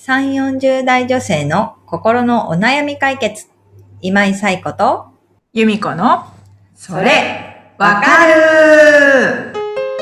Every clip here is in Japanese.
3、40代女性の心のお悩み解決。今井彩子と由美子のそれわかる。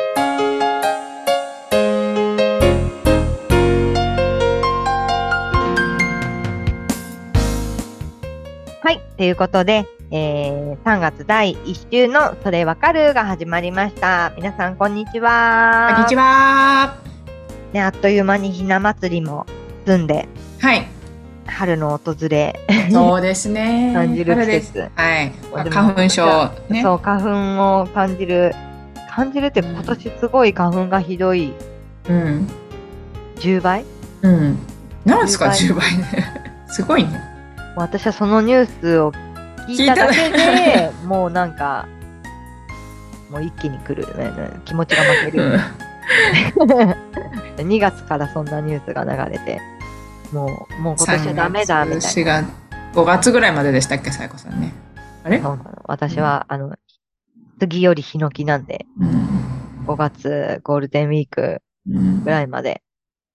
はい。ということで、3月第1週のそれわかるが始まりました。皆さん、こんにちは。 こんにちは。 ね、あっという間にひな祭りも済んで、 はい。 春の訪れ、 そうですね。 感じる季春です。 節。 はい。 でも花粉症ね。 そう、花粉を感じるって今年すごい花粉がひどい。 うん。 10倍なんですか、10 10 倍ね。すごいね。 私はそのニュースを聞いただけで、もうなんか、もう一気に来る、ね、気持ちが負けるよね。2月からそんなニュースが流れて、もう今年はダメだみたいな。 4月、5月ぐらいまででしたっけ、さやこさんね。あれ？ そうなの。私は、杉よりヒノキなんで、5月ゴールデンウィークぐらいまで。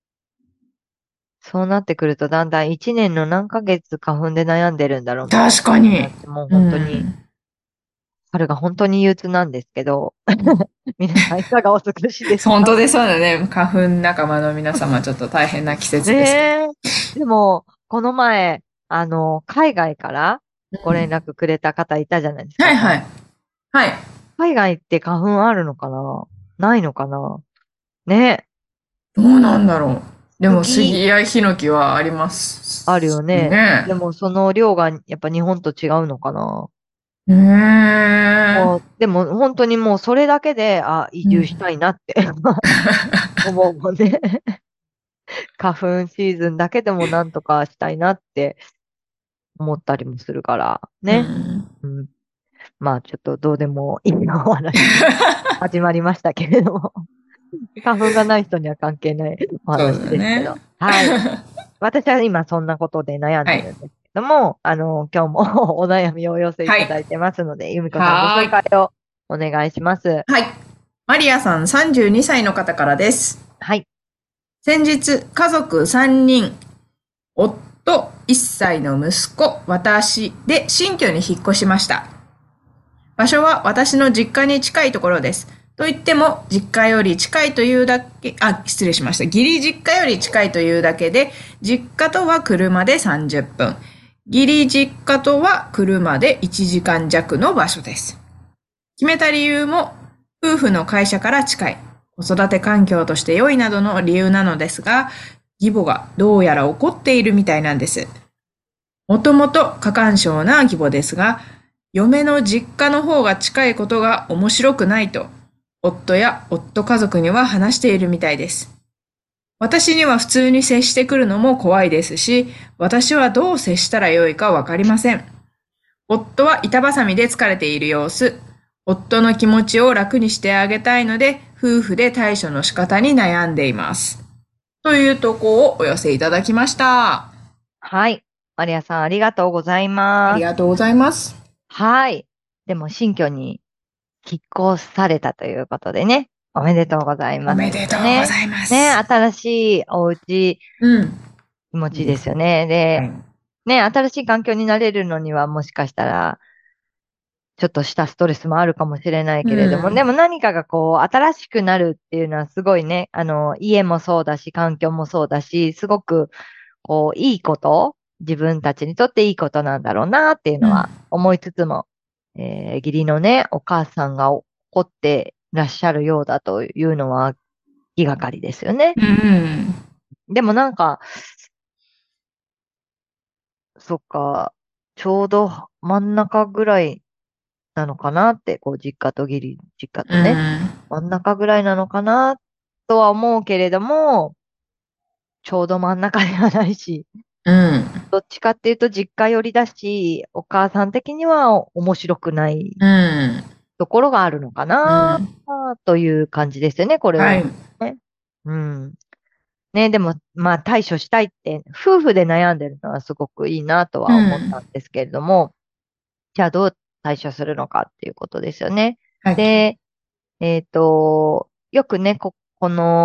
そうなってくると、だんだん1年の何ヶ月花粉で悩んでるんだろうみたいな。 確かに。 もう本当に、春が本当に憂鬱なんですけど、皆さんいかがお過ごしですか？ 本当でそうだね。花粉仲間の皆様、ちょっと大変な季節ですけど。 ねえ。でも、この前、海外からご連絡くれた方いたじゃないですか。 はいはい。はい。 海外って花粉あるのかな？ないのかな？ね。 どうなんだろう。でも杉、 杉やヒノキはありますあるよね。 ね。 でもその量がやっぱ日本と違うのかな？ ねえ。 もう、でも本当にもうそれだけで、移住したいなって思うもんね。花粉シーズンだけでもなんとかしたいなって思ったりもするからね。うん、まあちょっとどうでもいいお話始まりましたけれども。花粉がない人には関係ないおそう話だね。 ですけど。はい。私は今そんなことで悩んはい。 でるんですけども、今日もお悩みをお寄せいはい。 ただいてますので、由美子さんごはーい。 紹介をお願いします。 はい。マリアさん32歳の方からです。 はい。 先日、家族3人、夫1歳の息子、私で新居に引っ越しました。場所は私の実家に近いところです。と言っても、実家より近いというだけ、失礼しました。義理実家より近いというだけで、実家とは車で30分。義理実家とは車で1時間弱の場所です。決めた理由も、夫婦の会社から近い、子育て環境として良いなどの理由なのですが、義母がどうやら怒っているみたいなんです。もともと過干渉な義母ですが、嫁の実家の方が近いことが面白くないと、夫や夫家族には話しているみたいです。私には普通に接してくるのも怖いですし、私はどう接したらよいかわかりません。夫は板挟みで疲れている様子。夫の気持ちを楽にしてあげたいので、夫婦で対処の仕方に悩んでいます。という投稿をお寄せいただきました。 はい。マリアさん、ありがとうございあります。 がとうございます。 はい。でも、新居に引っ越されたということでね。おめでとうございおます。 めでとうごね。 ざいまね、 す。 新しいお家、 うん。 気持ちいいいいですね。 ですよね。で、 はい。 ね、新しい環境に慣れるのにはもしかしたら、ちょっとしたストレスもあるかもしれないうけれども、でん。 も何かがこう、新しくなるっていうのはすごいね、家もそうだし、環境もそうだし、すごく、こう、いいこと、自分たちにとっていいことなんだろうなっていううん。 のは思いつつも、義理のね、お母さんが怒ってらっしゃるようだというのは気がかりですよね。 うん。 でもなんか、そっか、ちょうど真ん中ぐらいなのかなって、こう、実家と義理、実家うとね、 ん。 真ん中ぐらいなのかなとは思うけれども、ちょうど真ん中ではないし、 うん。 どっちかっていうと実家寄りだし、お母さん的には面白くないうん。 ところがあるのかなうん。 という感じですよね、これを。 はい。 ね。うん。ね、でも、まあ対処したいって、夫婦で悩んでるのはすごくいいなとうは思ったんん。 ですけれども、じゃあどう対処するのかっていうことですよね。 はい。 で、よくね、この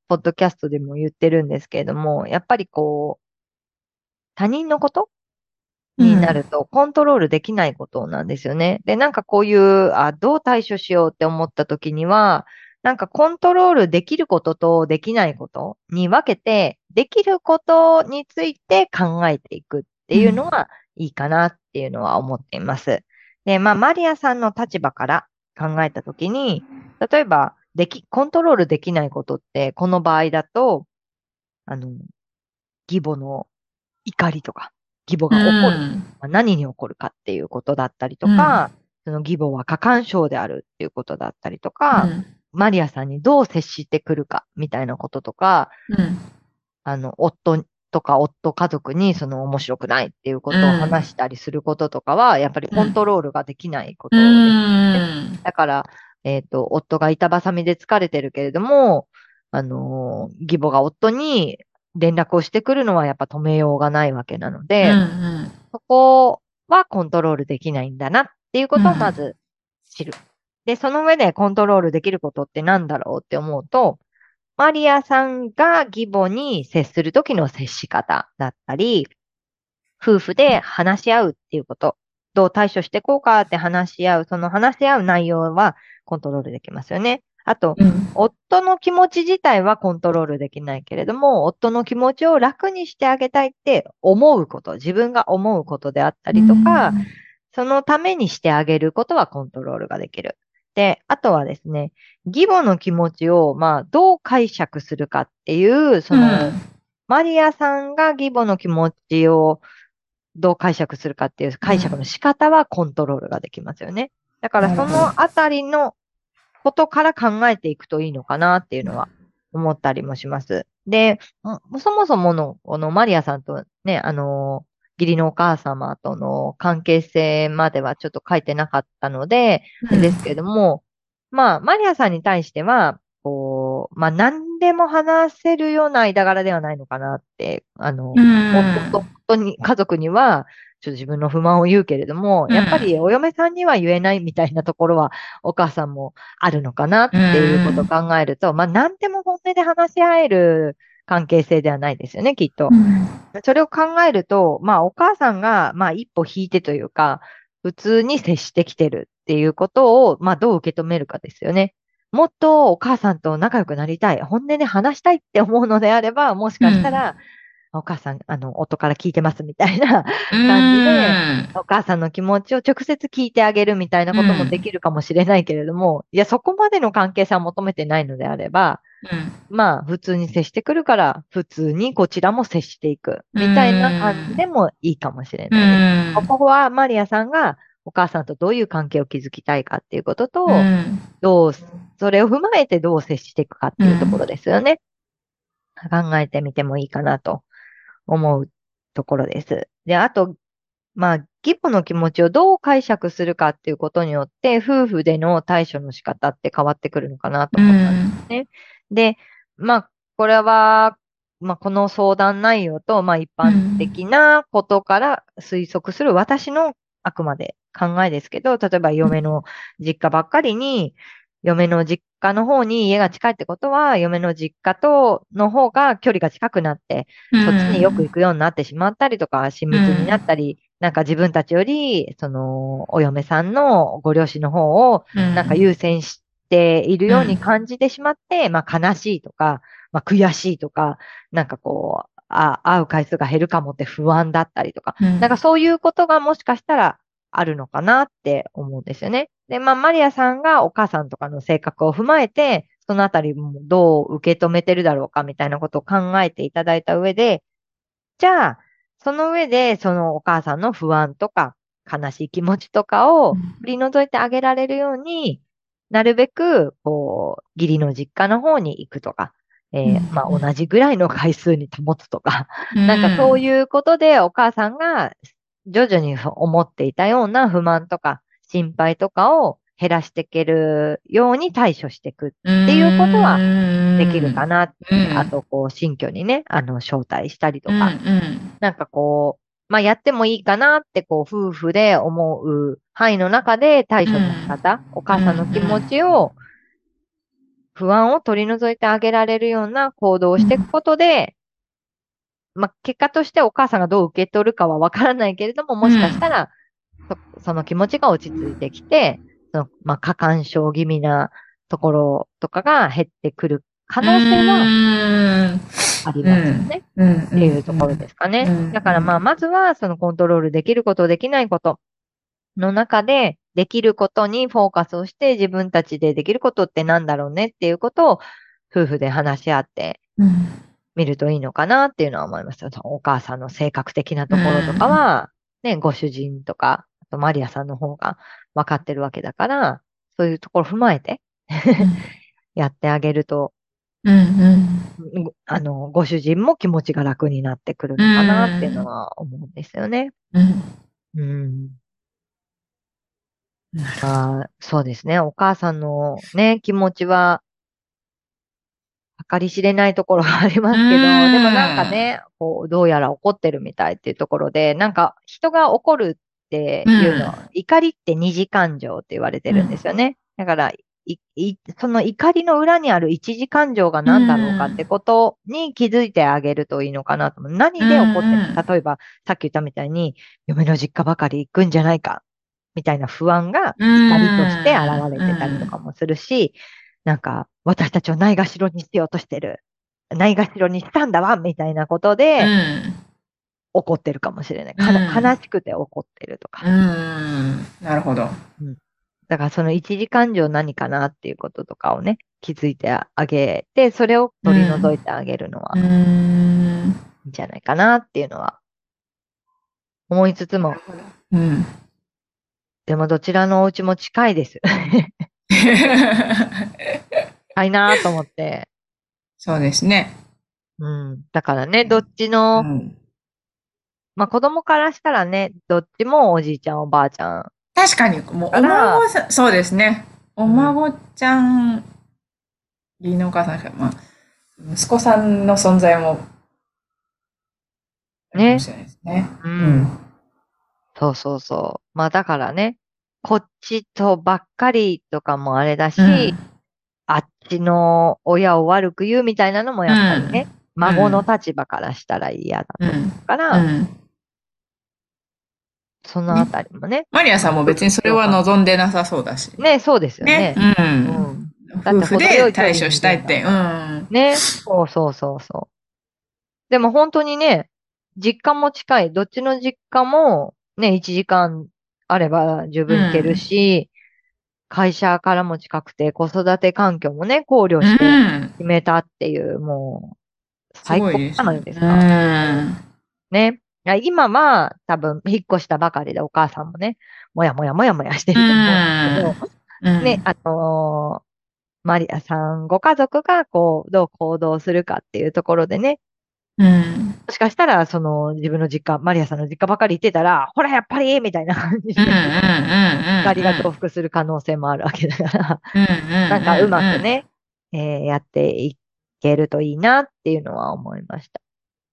ポッドキャストでも言ってるんですけれども、やっぱりこう、他人のことになるとコントロールできないことなんですよね。で、なんかこういう、どう対処しようって思った時には、なんかコントロールできることとできないことに分けて、できることについて考えていくっていうのはいいかなっていうのは思っています。で、まあ、マリアさんの立場から考えた時に、例えば、コントロールできないことって、この場合だと、あの、義母の怒りとか、義母が怒る。何に起こるかっていうことだったりとか、その義母は過干渉であるっていうことだったりとか、マリアさんにどう接してくるかみたいなこととか、夫とか夫家族にその面白くないっていうことを話したりすることとかは、やっぱりコントロールができないことですね。だから、夫が板挟みで疲れてるけれども、義母が夫に連絡をしてくるのはやっぱ止めようがないわけなので、そこはコントロールできないんだなっていうことをまず知る。で、その上でコントロールできることって何だろうって思うと、マリアさんが義母に接するときの接し方だったり、夫婦で話し合うっていうこと、どう対処していこうかって話し合う、その話し合う内容はコントロールできますよね。あと、夫の気持ち自体はコントロールできないけれども、夫の気持ちを楽にしてあげたいって思うこと、自分が思うことであったりとか、そのためにしてあげることはコントロールができる。で、あとはですね、義母の気持ちを、まあ、どう解釈するかっていう、マリアさんが義母の気持ちをどう解釈するかっていう解釈の仕方はコントロールができますよね。だからそのあたりのことから考えていくといいのかなっていうのは思ったりもします。で、そもそもの、このマリアさんとね、義理のお母様との関係性まではちょっと書いてなかったので、ですけれども、まあ、マリアさんに対しては、こう、まあ、何でも話せるような間柄ではないのかなって、夫に、家族には、ちょっと自分の不満を言うけれども、やっぱりお嫁さんには言えないみたいなところは、お母さんもあるのかなっていうことを考えると、まあ、何でも本音で話し合える関係性ではないですよね、きっと。それを考えると、まあ、お母さんが、まあ、一歩引いてというか、普通に接してきてるっていうことを、まあ、どう受け止めるかですよね。もっとお母さんと仲良くなりたい、本音で話したいって思うのであれば、もしかしたら、お母さん、夫から聞いてますみたいな感じで、お母さんの気持ちを直接聞いてあげるみたいなこともできるかもしれないけれども、いや、そこまでの関係性は求めてないのであれば、まあ、普通に接してくるから、普通にこちらも接していく、みたいな感じでもいいかもしれないです。ここはマリアさんがお母さんとどういう関係を築きたいかっていうことと、それを踏まえてどう接していくかっていうところですよね。考えてみてもいいかなと思うところです。で、あと、まあ、義母の気持ちをどう解釈するかっていうことによって、夫婦での対処の仕方って変わってくるのかなと思ったんですね。で、まあ、これは、まあ、この相談内容と、まあ、一般的なことから推測する私のあくまで考えですけど、例えば嫁の実家ばっかりに、嫁の実家の方に家が近いってことは、嫁の実家の方が距離が近くなって、そっちによく行くようになってしまったりとか、親密になったり、なんか自分たちより、お嫁さんのご両親の方を、なんか優先しているように感じてしまって、まあ悲しいとか、まあ悔しいとか、なんかこう、会う回数が減るかもって不安だったりとか、なんかそういうことがもしかしたらあるのかなって思うんですよね。で、まあマリアさんがお母さんとかの性格を踏まえて、そのあたりもどう受け止めてるだろうかみたいなことを考えていただいた上で、じゃあ、その上で、そのお母さんの不安とか、悲しい気持ちとかを振り除いてあげられるように、なるべく、こう、義理の実家の方に行くとか、まあ、同じぐらいの回数に保つとか、なんかそういうことでお母さんが徐々に思っていたような不満とか心配とかを減らしていけるように対処していくっていうことはできるかなって、あと、こう、新居にね、招待したりとか、なんかこう、まあ、やってもいいかなって、こう、夫婦で思う範囲の中で対処の仕方、お母さんの気持ちを不安を取り除いてあげられるような行動をしていくことで、まあ、結果としてお母さんがどう受け取るかはわからないけれども、もしかしたら、その気持ちが落ち着いてきて、まあ、過干渉気味なところとかが減ってくる可能性はありますよね。っていうところですかね。だからまあ、まずはそのコントロールできること、できないことの中で、できることにフォーカスをして自分たちでできることってなんだろうねっていうことを夫婦で話し合ってみるといいのかなっていうのは思います。お母さんの性格的なところとかは、ね、ご主人とか、あとマリアさんの方が分かってるわけだから、そういうところ踏まえてやってあげると、ご主人も気持ちが楽になってくるのかなっていうのは思うんですよね。まあ、そうですね。お母さんのね、気持ちは、計り知れないところがありますけど、でもなんかね、こう、どうやら怒ってるみたいっていうところで、なんか人が怒るっていうのは、怒りって二次感情って言われてるんですよね。だから、その怒りの裏にある一次感情が何だろうかってことに気づいてあげるといいのかなと思う。何で怒ってる例えば、さっき言ったみたいに、嫁の実家ばかり行くんじゃないか、みたいな不安が怒りとして現れてたりとかもするし、なんか、私たちをないがしろにしようとしてる。ないがしろにしたんだわみたいなことで、怒ってるかもしれない。悲しくて怒ってるとか。 なるほど。 だからその一時感情何かなっていうこととかをね、気づいてあげて、それを取り除いてあげるのは、いいんじゃないかなっていうのは、思いつつも。でもどちらのお家も近いです。近いなと思って。 そうですね。 だからね、どっちの、まあ子供からしたらね、どっちもおじいちゃんおばあちゃん。 確かに、もうお孫さん、そうですね。お孫ちゃん、義理のお母さん、まあ、息子さんの存在も、かもしれないですね。 そうそうそう。まあだからね、こっちとばっかりとかもあれだし、あっちの親を悪く言うみたいなのもやっぱりね、孫の立場からしたら嫌だと思うから、そのあたりもね。 マリアさんも別にそれは望んでなさそうだし。 ね、そうですよね。 夫婦で対処したいって。 ね、そうそうそうそう。でも本当にね、実家も近い。どっちの実家もね、1時間あれば十分行けるし、会社からも近くて子育て環境もね、考慮して決めたっていう、もう、最高じゃないですか。ね。今は多分引っ越したばかりでお母さんもね、もやもやもやもやしてると思うんですけど、ね、マリアさんご家族がこう、どう行動するかっていうところでね、もしかしたら、自分の実家、マリアさんの実家ばかり行ってたら、ほら、やっぱりみたいな感じで、怒りが重複する可能性もあるわけだから、なんかうまくね、やっていけるといいなっていうのは思いました。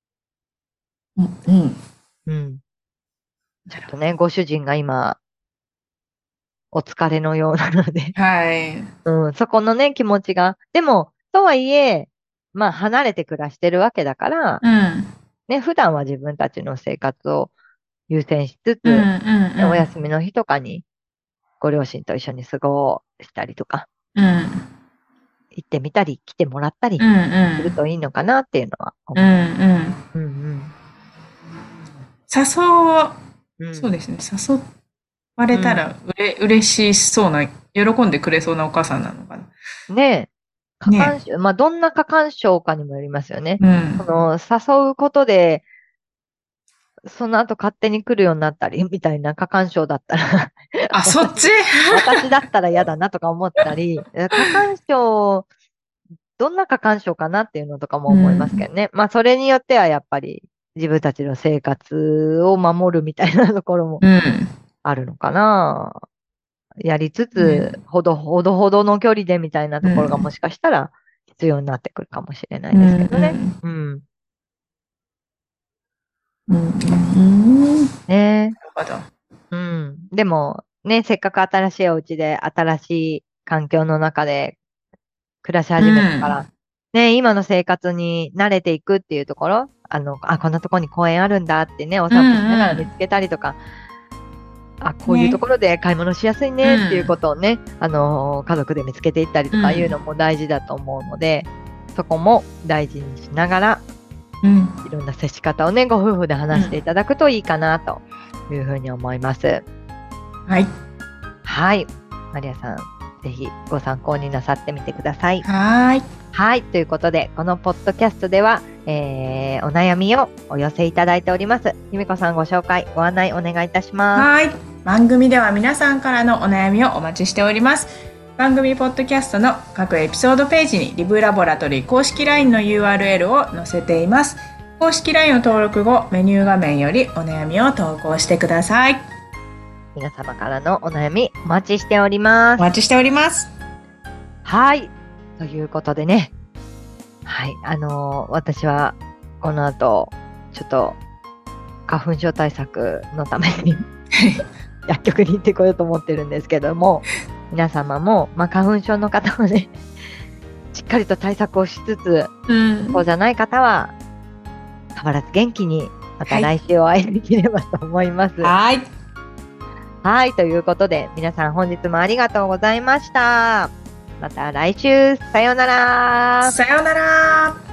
ちょっとね、ご主人が今、お疲れのようなのでそこのね、気持ちが。でも、とはいえ、まあ、離れて暮らしてるわけだから、ね、普段は自分たちの生活を優先しつつ、お休みの日とかにご両親と一緒に過ごしたりとか、行ってみたり、来てもらったりするといいのかなっていうのは思う。 そうですね、誘われたら嬉しそうな、喜んでくれそうなお母さんなのかな。 ねえ。まあ、どんな過干渉かにもよりますよね。誘うことで、その後勝手に来るようになったり、みたいな過干渉だったらあ、そっち私だったら嫌だなとか思ったり、過干渉、どんな過干渉かなっていうのとかも思いますけどね。まあ、それによってはやっぱり自分たちの生活を守るみたいなところもあるのかな。やりつつ、ほどほどの距離でみたいなところがもしかしたら必要になってくるかもしれないですけどね。ねえ。でも、ね、せっかく新しいお家で、新しい環境の中で暮らし始めてから、ね、今の生活に慣れていくっていうところ、こんなところに公園あるんだってね、お散歩しながら見つけたりとか、こういうところで買い物しやすいねっていうことをね、家族で見つけていったりとかいうのも大事だと思うので、そこも大事にしながら、いろんな接し方をね、ご夫婦で話していただくといいかなというふうに思います。 はい。 はい。マリアさん、ぜひご参考になさってみてください。 はい。 はい。ということで、このポッドキャストでは、お悩みをお寄せいただいております。由美子さん、ご紹介、ご案内お願いいたします。 はい。番組では皆さんからのお悩みをお待ちしております。番組ポッドキャストの各エピソードページにリブラボラトリー公式 LINE の URL を載せています。公式 LINE を登録後、メニュー画面よりお悩みを投稿してください。 皆様からのお悩みお待ちしております。 お待ちしております。 はい。ということでね。はい。私はこの後、ちょっと花粉症対策のために薬局に行ってこようと思ってるんですけども、皆様も、花粉症の方はね、しっかりと対策をしつつ、そうじゃない方は、変わらず元気に、また来週お会いできればと思います。 はい。 はい、ということで、皆さん本日もありがとうございました。また来週、さようなら。 さようなら。